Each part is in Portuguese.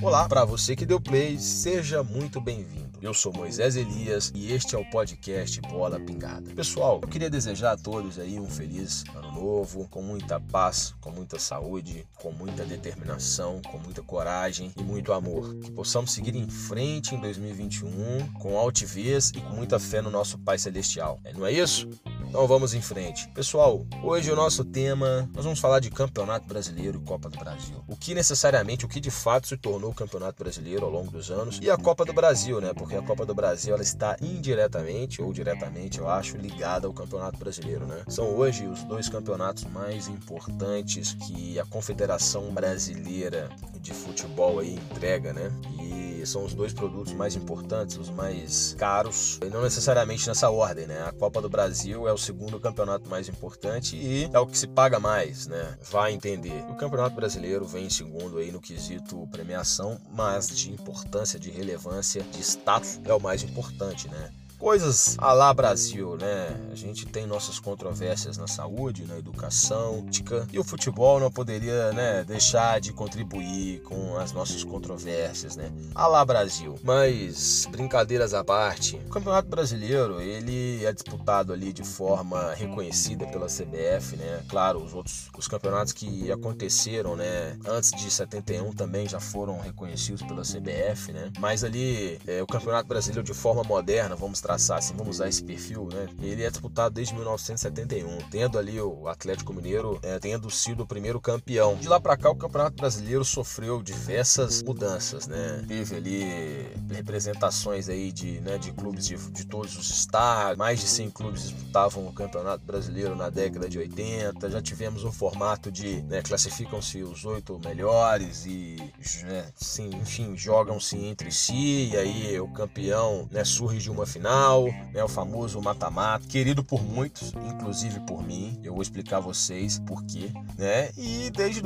Olá, para você que deu play, seja muito bem-vindo. Eu sou Moisés Elias e este é o podcast Bola Pingada. Pessoal, eu queria desejar a todos aí um feliz ano novo, com muita paz, com muita saúde, com muita determinação, com muita coragem e muito amor. Que possamos seguir em frente em 2021 com altivez e com muita fé no nosso Pai Celestial. Não é isso? Então vamos em frente. Pessoal, hoje o nosso tema, nós vamos falar de Campeonato Brasileiro e Copa do Brasil. O que de fato se tornou o Campeonato Brasileiro ao longo dos anos e a Copa do Brasil, né? Porque a Copa do Brasil ela está indiretamente ou diretamente, eu acho, ligada ao Campeonato Brasileiro, né? São hoje os dois campeonatos mais importantes que a Confederação Brasileira de Futebol aí entrega, né? E são os dois produtos mais importantes, os mais caros, e não necessariamente nessa ordem, né? A Copa do Brasil é o segundo campeonato mais importante e é o que se paga mais, né? Vai entender. O Campeonato Brasileiro vem em segundo aí no quesito premiação, mas de importância, de relevância, de status é o mais importante, né? Coisas à lá Brasil, né? A gente tem nossas controvérsias na saúde, na educação, e o futebol não poderia, né, deixar de contribuir com as nossas controvérsias, né? À lá Brasil. Mas, brincadeiras à parte, o Campeonato Brasileiro, ele é disputado ali de forma reconhecida pela CBF, né? Claro, os campeonatos que aconteceram, né, antes de 71 também já foram reconhecidos pela CBF, né? Mas ali, o Campeonato Brasileiro de forma moderna, vamos traçar assim, vamos usar esse perfil, né? Ele é disputado desde 1971, tendo ali o Atlético Mineiro tendo sido o primeiro campeão. De lá para cá, o Campeonato Brasileiro sofreu diversas mudanças, né? Teve ali representações aí de clubes de todos os estados, mais de 100 clubes disputavam o Campeonato Brasileiro na década de 80, já tivemos um formato de, né, classificam-se os 8 melhores e, né, sim, enfim, jogam-se entre si, e aí o campeão, né, surge de uma final, né, o famoso mata-mata, querido por muitos, inclusive por mim. Eu vou explicar a vocês por quê, né? E desde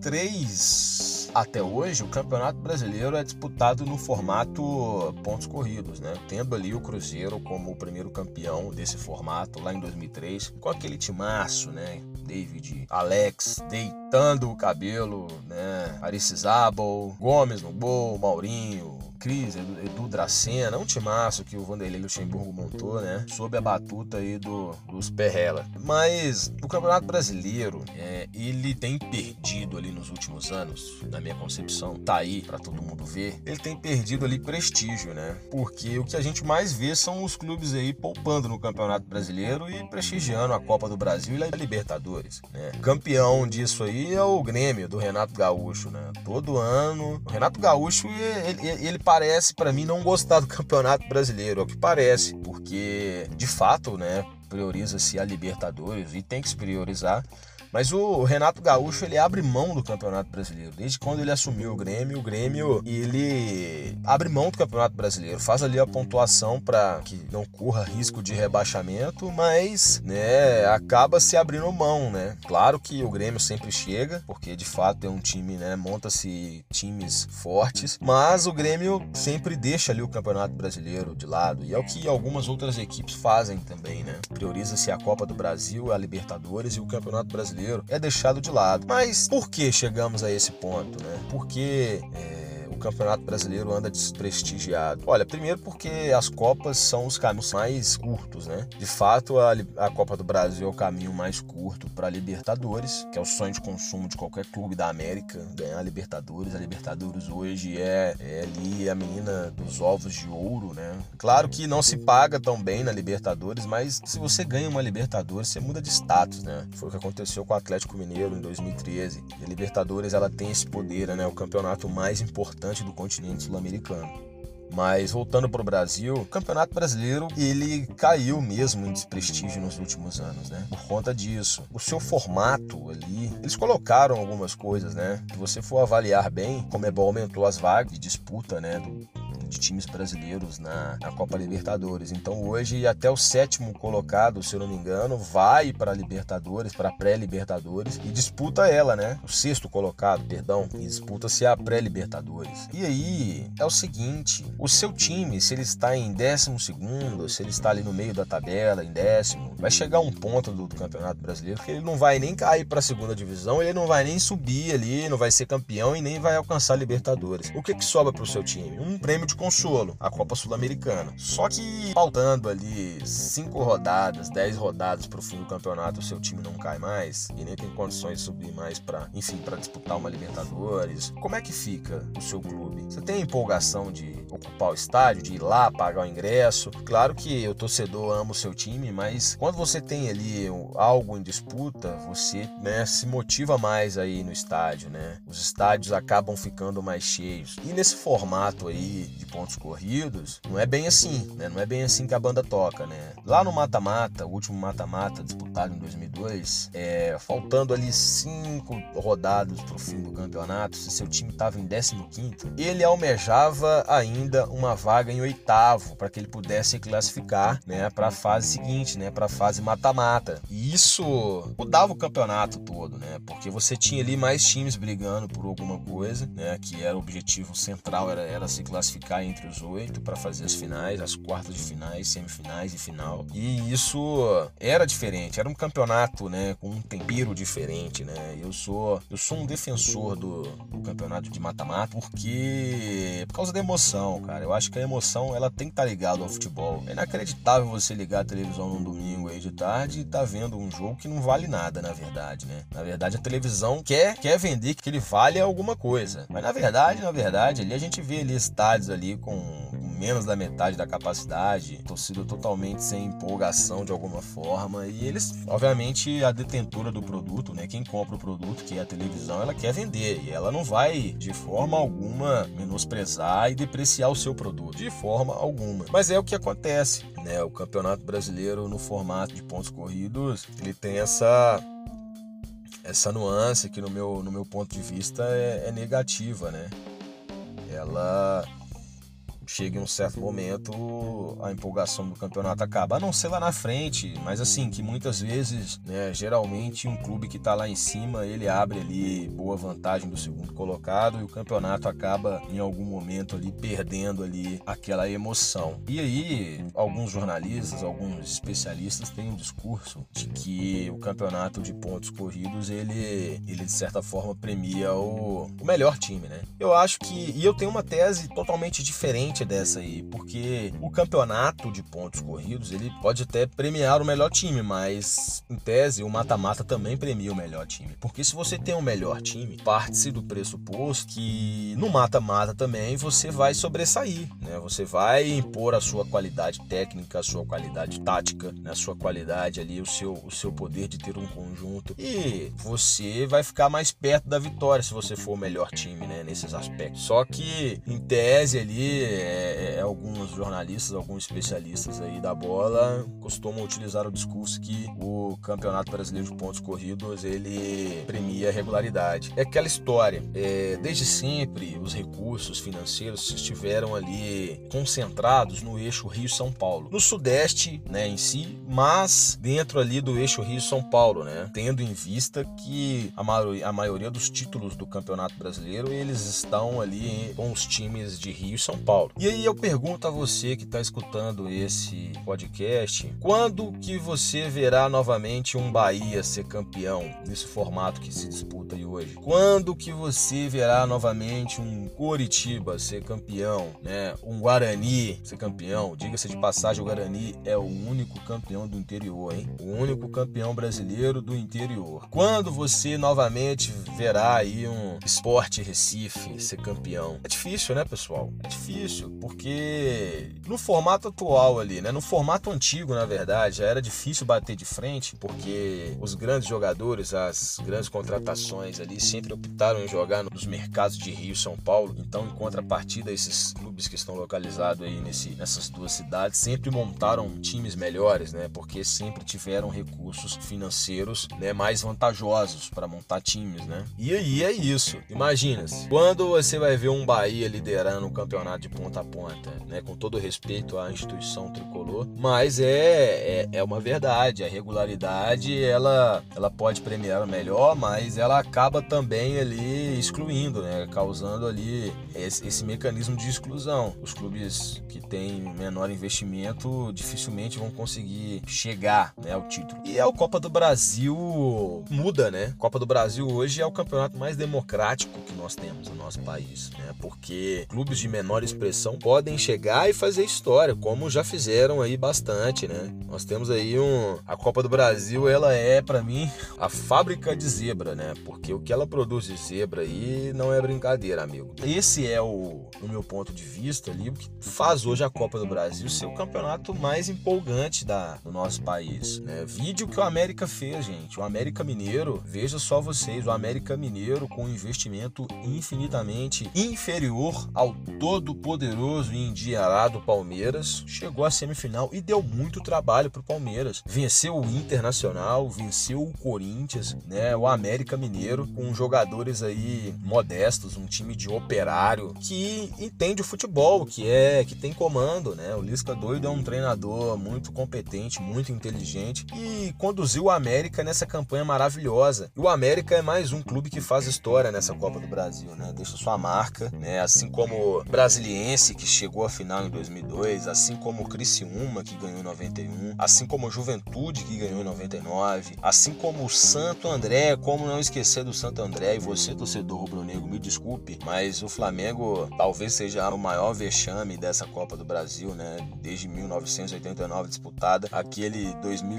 2003 até hoje, o Campeonato Brasileiro é disputado no formato pontos corridos, né? Tendo ali o Cruzeiro como o primeiro campeão desse formato lá em 2003, com aquele timaço, né? David, Alex, deitando o cabelo, né? Aristizábal, Gomes no gol, Maurinho, Cris, Edu Dracena, um timaço que o Vanderlei Luxemburgo montou, né? Sob a batuta aí dos Perrella. Mas o Campeonato Brasileiro, ele tem perdido ali nos últimos anos, na minha concepção, tá aí pra todo mundo ver, ele tem perdido ali prestígio, né? Porque o que a gente mais vê são os clubes aí poupando no Campeonato Brasileiro e prestigiando a Copa do Brasil e a Libertadores, né? Campeão disso aí é o Grêmio, do Renato Gaúcho, né? Todo ano, o Renato Gaúcho, ele parece, pra mim, não gostar do Campeonato Brasileiro, é o que parece, porque, de fato, né, prioriza-se a Libertadores e tem que se priorizar. Mas o Renato Gaúcho, ele abre mão do Campeonato Brasileiro. Desde quando ele assumiu o Grêmio, ele abre mão do Campeonato Brasileiro. Faz ali a pontuação para que não corra risco de rebaixamento, mas, né, acaba se abrindo mão, né? Claro que o Grêmio sempre chega, porque de fato é um time, né, monta-se times fortes, mas o Grêmio sempre deixa ali o Campeonato Brasileiro de lado. E é o que algumas outras equipes fazem também, né? Prioriza-se a Copa do Brasil, a Libertadores e o Campeonato Brasileiro é deixado de lado. Mas por que chegamos a esse ponto, né? Por que o Campeonato Brasileiro anda desprestigiado? Olha, primeiro porque as Copas são os caminhos mais curtos, né? De fato, a Copa do Brasil é o caminho mais curto para a Libertadores, que é o sonho de consumo de qualquer clube da América, ganhar a Libertadores. A Libertadores hoje é ali a menina dos ovos de ouro, né? Claro que não se paga tão bem na Libertadores, mas se você ganha uma Libertadores, você muda de status, né? Foi o que aconteceu com o Atlético Mineiro em 2013. E a Libertadores, ela tem esse poder, né? O campeonato mais importante do continente sul-americano. Mas voltando para o Brasil, o Campeonato Brasileiro, ele caiu mesmo em desprestígio nos últimos anos, né? Por conta disso. O seu formato ali, eles colocaram algumas coisas, né? Se você for avaliar bem, Conmebol aumentou as vagas de disputa, né, de times brasileiros na Copa Libertadores. Então hoje até o 7º colocado, se eu não me engano, vai para a Libertadores, para a pré-Libertadores e disputa ela, né? O 6º colocado, perdão, e disputa-se a pré-Libertadores. E aí é o seguinte, o seu time, se ele está em 12º, se ele está ali no meio da tabela, em 10º, vai chegar um ponto do Campeonato Brasileiro que ele não vai nem cair para a 2ª divisão, ele não vai nem subir ali, não vai ser campeão e nem vai alcançar a Libertadores. O que sobra para o seu time? Um prêmio de consolo, a Copa Sul-Americana. Só que faltando ali 5 rodadas, 10 rodadas para o fim do campeonato, o seu time não cai mais e nem tem condições de subir mais para disputar uma Libertadores. Como é que fica o seu clube? Você tem a empolgação de ocupar o estádio, de ir lá pagar o ingresso? Claro que o torcedor ama o seu time, mas quando você tem ali algo em disputa, você, né, se motiva mais aí no estádio, né? Os estádios acabam ficando mais cheios. E nesse formato aí de pontos corridos, não é bem assim, né? Não é bem assim que a banda toca, né? Lá no mata-mata, o último mata-mata disputado em 2002, faltando ali 5 rodadas pro fim do campeonato, se seu time estava em 15º, ele almejava ainda uma vaga em 8º para que ele pudesse classificar, né, para a fase seguinte, né, para a fase mata-mata. E isso mudava o campeonato todo, né? Porque você tinha ali mais times brigando por alguma coisa, né, que era o objetivo central, era se classificar entre os 8 para fazer as finais, as quartas de finais, semifinais e final. E isso era diferente, era um campeonato, né, com um tempero diferente, né? Eu sou um defensor do campeonato de mata-mata por causa da emoção, cara. Eu acho que a emoção, ela tem que estar ligada ao futebol. É inacreditável você ligar a televisão num domingo aí de tarde e tá vendo um jogo que não vale nada, na verdade, né? Na verdade, a televisão quer vender que ele vale alguma coisa. Mas na verdade, ali a gente vê ali estádios ali com menos da metade da capacidade, torcida totalmente sem empolgação de alguma forma, e eles, obviamente, a detentora do produto, né, quem compra o produto, que é a televisão, ela quer vender, e ela não vai de forma alguma menosprezar e depreciar o seu produto, de forma alguma. Mas é o que acontece, né? O Campeonato Brasileiro no formato de pontos corridos, ele tem essa nuance que no meu ponto de vista é negativa, né? Ela chega em um certo momento, a empolgação do campeonato acaba, a não ser lá na frente, mas assim, que muitas vezes, né, geralmente um clube que tá lá em cima, ele abre ali boa vantagem do segundo colocado e o campeonato acaba em algum momento ali perdendo ali aquela emoção. E aí, alguns jornalistas, alguns especialistas têm um discurso de que o campeonato de pontos corridos, ele de certa forma premia o melhor time, né? Eu acho que, e eu tenho uma tese totalmente diferente dessa aí, porque o campeonato de pontos corridos, ele pode até premiar o melhor time, mas em tese o mata-mata também premia o melhor time, porque se você tem um melhor time, parte-se do pressuposto que no mata-mata também você vai sobressair, né? Você vai impor a sua qualidade técnica, a sua qualidade tática, né? A sua qualidade ali, o seu poder de ter um conjunto, e você vai ficar mais perto da vitória se você for o melhor time, né? Nesses aspectos. Só que em tese ali alguns jornalistas, alguns especialistas aí da bola costumam utilizar o discurso que o Campeonato Brasileiro de Pontos Corridos, ele premia a regularidade. É aquela história, desde sempre os recursos financeiros estiveram ali concentrados no eixo Rio-São Paulo, no Sudeste, né, em si, mas dentro ali do eixo Rio-São Paulo, né, tendo em vista que a maioria dos títulos do Campeonato Brasileiro, eles estão ali com os times de Rio e São Paulo. E aí eu pergunto a você que está escutando esse podcast, quando que você verá novamente um Bahia ser campeão nesse formato que se disputa aí hoje? Quando que você verá novamente um Coritiba ser campeão, né? Um Guarani ser campeão? Diga-se de passagem, o Guarani é o único campeão do interior, hein? O único campeão brasileiro do interior. Quando você novamente verá aí um Sport Recife ser campeão? É difícil, né, pessoal? É difícil, porque no formato atual ali, né? No formato antigo, na verdade, já era difícil bater de frente, porque os grandes jogadores, as grandes contratações ali sempre optaram em jogar nos mercados de Rio e São Paulo. Então, em contrapartida, esses clubes que estão localizados aí nessas duas cidades sempre montaram times melhores, né? Porque sempre tiveram recursos financeiros, né, mais vantajosos para montar times, né? E aí é isso. Imagina, quando você vai ver um Bahia liderando o campeonato de pontos ponta a ponta, né? Com todo respeito à instituição tricolor, mas é uma verdade. A regularidade ela pode premiar o melhor, mas ela acaba também ali excluindo, né? Causando ali esse mecanismo de exclusão. Os clubes que têm menor investimento dificilmente vão conseguir chegar, né, ao título. E a Copa do Brasil muda, né? A Copa do Brasil hoje é o campeonato mais democrático que nós temos no nosso país, né? Porque clubes de menor expressão podem chegar e fazer história, como já fizeram aí bastante, né? Nós temos aí a Copa do Brasil, ela é, para mim, a fábrica de zebra, né? Porque o que ela produz de zebra aí não é brincadeira, amigo. Esse é no meu ponto de vista ali, o que faz hoje a Copa do Brasil ser o campeonato mais empolgante do nosso país, né? Vídeo que o América fez, gente. O América Mineiro, veja só vocês, o América Mineiro com um investimento infinitamente inferior ao todo poderoso e endinheirado Palmeiras, chegou à semifinal e deu muito trabalho pro Palmeiras. Venceu o Internacional, venceu o Corinthians, né? O América Mineiro com jogadores aí modestos, um time de operário que entende o futebol, que tem comando, né? O Lisca doido é um treinador muito competente, muito inteligente e conduziu o América nessa campanha maravilhosa. E o América é mais um clube que faz história nessa Copa do Brasil, né? Deixa sua marca, né? Assim como o Brasiliense, que chegou à final em 2002, assim como o Criciúma, que ganhou em 91, assim como o Juventude, que ganhou em 99, assim como o Santo André, como não esquecer do Santo André. E você, torcedor rubro-negro, me desculpe, mas o Flamengo talvez seja o maior vexame dessa Copa do Brasil, né? Desde 1989 disputada, aquele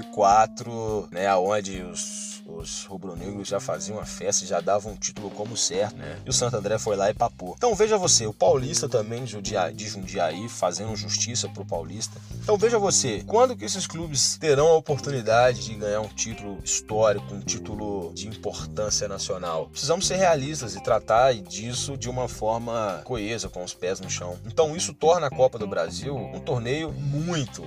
2004, né? Onde os rubro-negros já faziam a festa e já davam um título como certo, né? E o Santo André foi lá e papou. Então veja você, o Paulista também de Jundiaí fazendo justiça pro Paulista. Então veja você, quando que esses clubes terão a oportunidade de ganhar um título histórico, um título de importância nacional? Precisamos ser realistas e tratar disso de uma forma coesa, com os pés no chão. Então isso torna a Copa do Brasil um torneio muito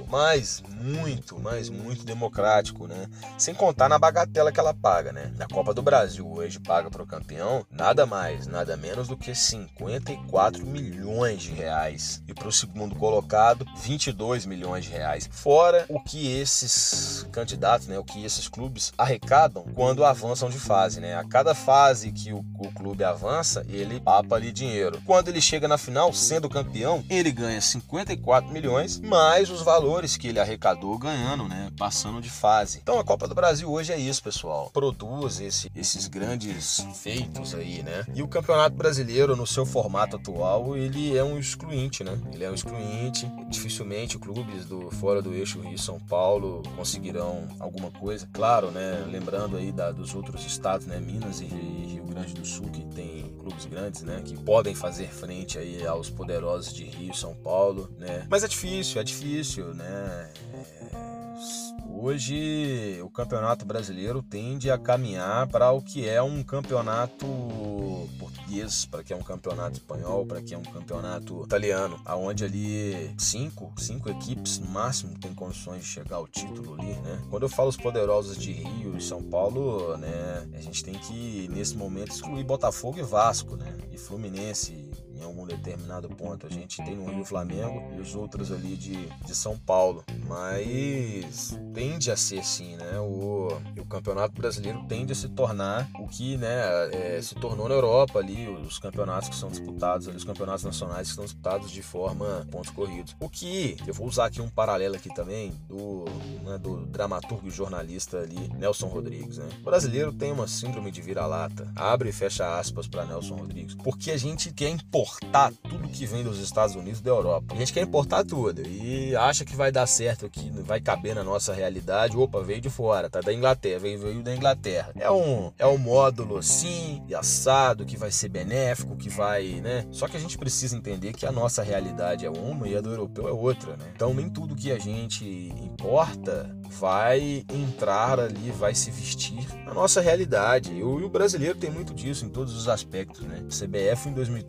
democrático, né? Sem contar na bagatela que ela paga, né? Na Copa do Brasil hoje paga para o campeão nada mais, nada menos do que 54 milhões de reais. E para o segundo colocado, 22 milhões de reais. Fora o que esses candidatos, né? O que esses clubes arrecadam quando avançam de fase, né? A cada fase que o clube avança, ele papa ali dinheiro. Quando ele chega na final, sendo campeão, ele ganha 54 milhões, mais os valores que ele arrecadou ganhando, né? Passando de fase. Então a Copa do Brasil hoje é isso, pessoal. Produz esses grandes feitos aí, né? E o Campeonato Brasileiro, no seu formato atual, ele é um excluinte, né? Ele é um excluinte. Dificilmente clubes fora do eixo Rio-São Paulo conseguirão alguma coisa. Claro, né? Lembrando aí dos outros estados, né? Minas e Rio Grande do Sul, que tem clubes grandes, né? Que podem fazer frente aí aos poderosos de Rio e São Paulo, né? Mas é difícil, né? Hoje o Campeonato Brasileiro tende a caminhar para o que é um campeonato português, para que é um campeonato espanhol, para que é um campeonato italiano, aonde ali cinco equipes no máximo têm condições de chegar ao título ali, né? Quando eu falo os poderosos de Rio e São Paulo, né, a gente tem que nesse momento excluir Botafogo e Vasco, né? E Fluminense em algum determinado ponto. A gente tem no Rio Flamengo e os outros ali de São Paulo. Mas tende a ser assim, né? O Campeonato Brasileiro tende a se tornar o que, né, se tornou na Europa ali, os campeonatos que são disputados ali, os campeonatos nacionais que são disputados de forma pontos corridos. O que, eu vou usar aqui um paralelo aqui também do dramaturgo e jornalista ali, Nelson Rodrigues, né? O brasileiro tem uma síndrome de vira-lata. Abre e fecha aspas para Nelson Rodrigues. Porque a gente quer importar tudo que vem dos Estados Unidos e da Europa. A gente quer importar tudo e acha que vai dar certo aqui, vai caber na nossa realidade. Opa, veio de fora, tá da Inglaterra, veio da Inglaterra. É um módulo assim, e assado, que vai ser benéfico, que vai, né? Só que a gente precisa entender que a nossa realidade é uma e a do europeu é outra, né? Então nem tudo que a gente importa vai entrar ali, vai se vestir na nossa realidade. E o brasileiro tem muito disso em todos os aspectos, né? A CBF em 2003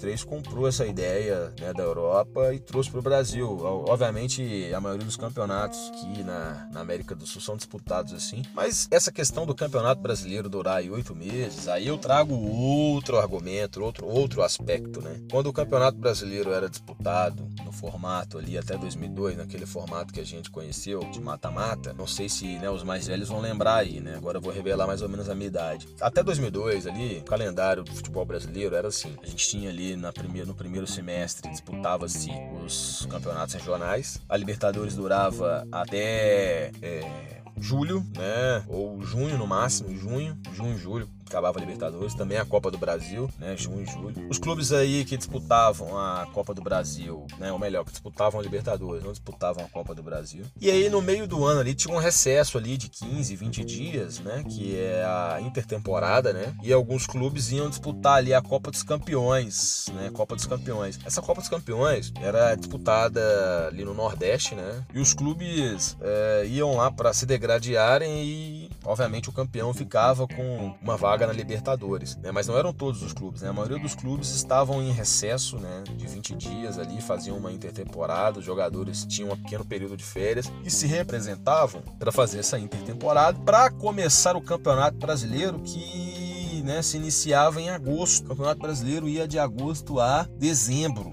comprou essa ideia, né, da Europa e trouxe para o Brasil. Obviamente, a maioria dos campeonatos aqui na América do Sul são disputados assim, mas essa questão do Campeonato Brasileiro durar aí 8 meses, aí eu trago outro argumento, outro aspecto, né? Quando o Campeonato Brasileiro era disputado no formato ali até 2002, naquele formato que a gente conheceu de mata-mata, não sei se, né, os mais velhos vão lembrar aí, né? Agora eu vou revelar mais ou menos a minha idade. Até 2002 ali, o calendário do futebol brasileiro era assim. A gente tinha ali no primeiro semestre, disputava-se os campeonatos regionais. A Libertadores durava até julho, né? Ou junho no máximo, junho, julho. Acabava a Libertadores, também a Copa do Brasil, né, junho e julho. Os clubes aí que disputavam a Copa do Brasil, né, ou melhor, que disputavam a Libertadores, não disputavam a Copa do Brasil. E aí no meio do ano ali tinha um recesso ali de 15, 20 dias, né, que é a intertemporada, né, e alguns clubes iam disputar ali a Copa dos Campeões, né, Copa dos Campeões. Essa Copa dos Campeões era disputada ali no Nordeste, né, e os clubes iam lá para se degradearem e, obviamente, o campeão ficava com uma vaga na Libertadores, né? Mas não eram todos os clubes, né? A maioria dos clubes estavam em recesso, né, de 20 dias ali, faziam uma intertemporada, os jogadores tinham um pequeno período de férias e se representavam para fazer essa intertemporada para começar o Campeonato Brasileiro, que, né, se iniciava em agosto. O Campeonato Brasileiro ia de agosto a dezembro.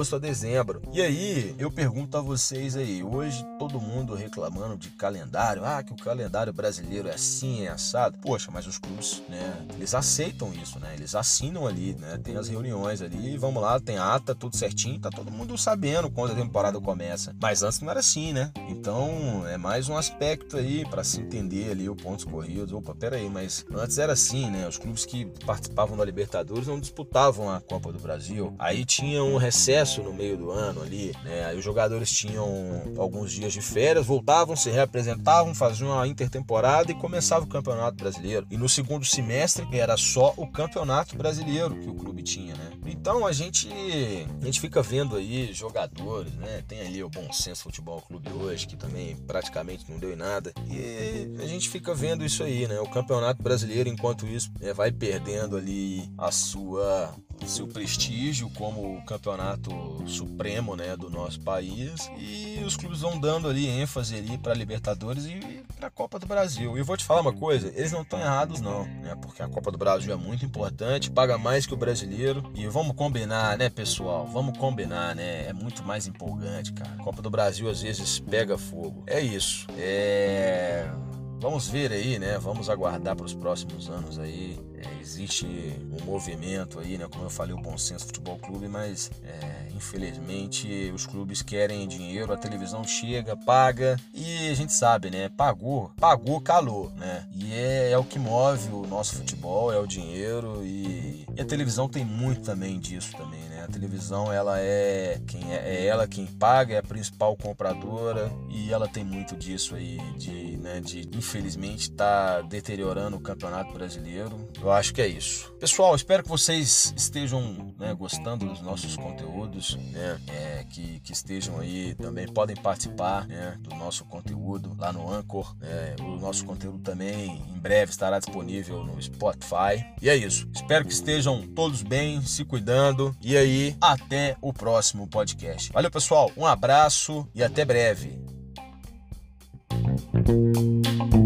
E aí, eu pergunto a vocês aí, hoje todo mundo reclamando de calendário, que o calendário brasileiro é assim, é assado. Poxa, mas os clubes, né, eles aceitam isso, né? Eles assinam ali, né? Tem as reuniões ali, vamos lá, tem ata, tudo certinho, tá todo mundo sabendo quando a temporada começa. Mas antes não era assim, né? Então, é mais um aspecto aí para se entender ali o pontos corridos. Opa, peraí, mas antes era assim, né? Os clubes que participavam da Libertadores não disputavam a Copa do Brasil. Aí tinha um recesso no meio do ano ali, né? Aí os jogadores tinham alguns dias de férias, voltavam, se reapresentavam, faziam a intertemporada e começava o Campeonato Brasileiro. E no segundo semestre era só o Campeonato Brasileiro que o clube tinha, né? Então a gente fica vendo aí jogadores, né? Tem ali o Bom Senso Futebol Clube hoje, que também praticamente não deu em nada. E a gente fica vendo isso aí, né? O Campeonato Brasileiro, enquanto isso, vai perdendo ali seu prestígio como o campeonato supremo, né, do nosso país, e os clubes vão dando ali ênfase ali para Libertadores e para a Copa do Brasil. E eu vou te falar uma coisa, eles não estão errados não, né, porque a Copa do Brasil é muito importante, paga mais que o brasileiro, e vamos combinar, né, pessoal, né, é muito mais empolgante, cara. A Copa do Brasil às vezes pega fogo. É isso. Vamos ver aí, né? Vamos aguardar para os próximos anos aí. Existe um movimento aí, né? Como eu falei, o Bom Senso Futebol Clube, mas infelizmente os clubes querem dinheiro, a televisão chega, paga e a gente sabe, né? Pagou, calou, né? E é o que move o nosso futebol, é o dinheiro e a televisão tem muito também disso também, né? A televisão, ela é ela quem paga, é a principal compradora e ela tem muito disso aí, de infelizmente tá deteriorando o Campeonato Brasileiro. Eu acho que é isso. Pessoal, espero que vocês estejam, né, gostando dos nossos conteúdos, né, que estejam aí, também podem participar, né, do nosso conteúdo lá no Anchor. O nosso conteúdo também em breve estará disponível no Spotify. E é isso. Espero que estejam todos bem, se cuidando. E aí, até o próximo podcast. Valeu, pessoal. Um abraço e até breve.